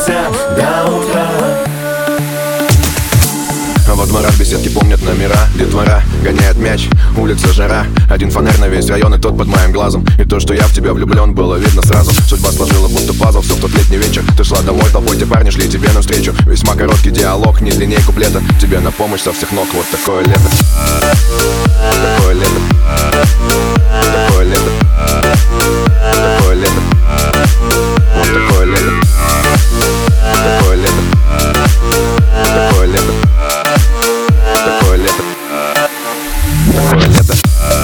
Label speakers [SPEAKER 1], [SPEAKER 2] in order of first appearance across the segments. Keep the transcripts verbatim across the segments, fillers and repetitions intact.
[SPEAKER 1] Останься до утра.
[SPEAKER 2] Во дворах беседки помнят номера. Детвора гоняет мяч, улица жара. Один фонарь на весь район, и тот под моим глазом. И то, что я в тебя влюблен, было видно сразу. Судьба сложила будто пазл, все в тот летний вечер. Ты шла домой, толпой те парни шли тебе навстречу. Весьма короткий диалог, не длинней куплета. Тебе на помощь со всех ног, вот такое лето. Такое лето. Такое лето. Такое лето. Вот такое лето. Такое лето. Такое лето. Такое лето. Такое лето.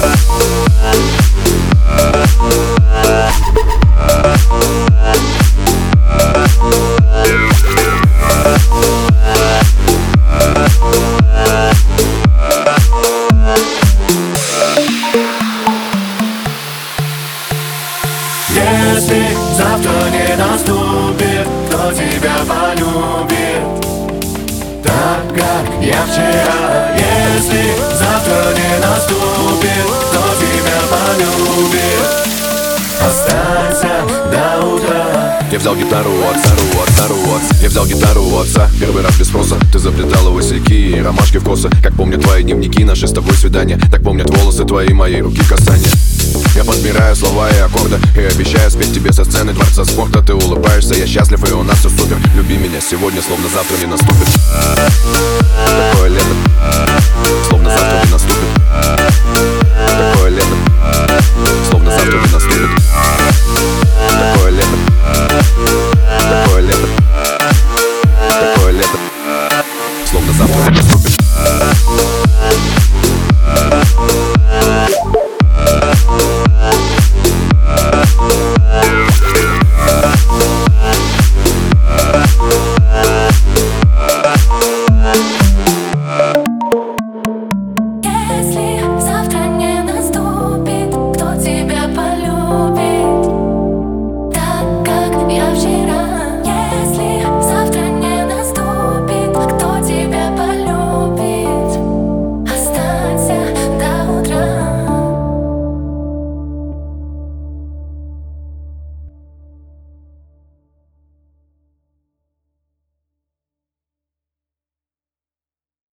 [SPEAKER 1] Если завтра не наступит, кто тебя полюбит так, как я вчера? Если завтра не наступит, кто тебя полюбит? Останься до утра.
[SPEAKER 2] Я взял гитару у отца, у отца, у отца. Я взял гитару у отца, первый раз без спроса. Ты заплетала васильки и ромашки в косы. Как помнят твои дневники, наши с тобой свидания. Так помнят волосы твои, моей руки касания. Я подбираю слова и аккорды и обещаю спеть тебе со сцены дворца спорта. Ты улыбаешься, я счастлив, и у нас все супер. Люби меня сегодня, словно завтра не наступит. Такое лето, словно завтра не наступит. Такое лето, словно завтра не наступит. Такое лето. Такое лето. Такое лето. Словно завтра не наступит.
[SPEAKER 3] Если завтра не наступит, кто тебя полюбит так, как я вчера?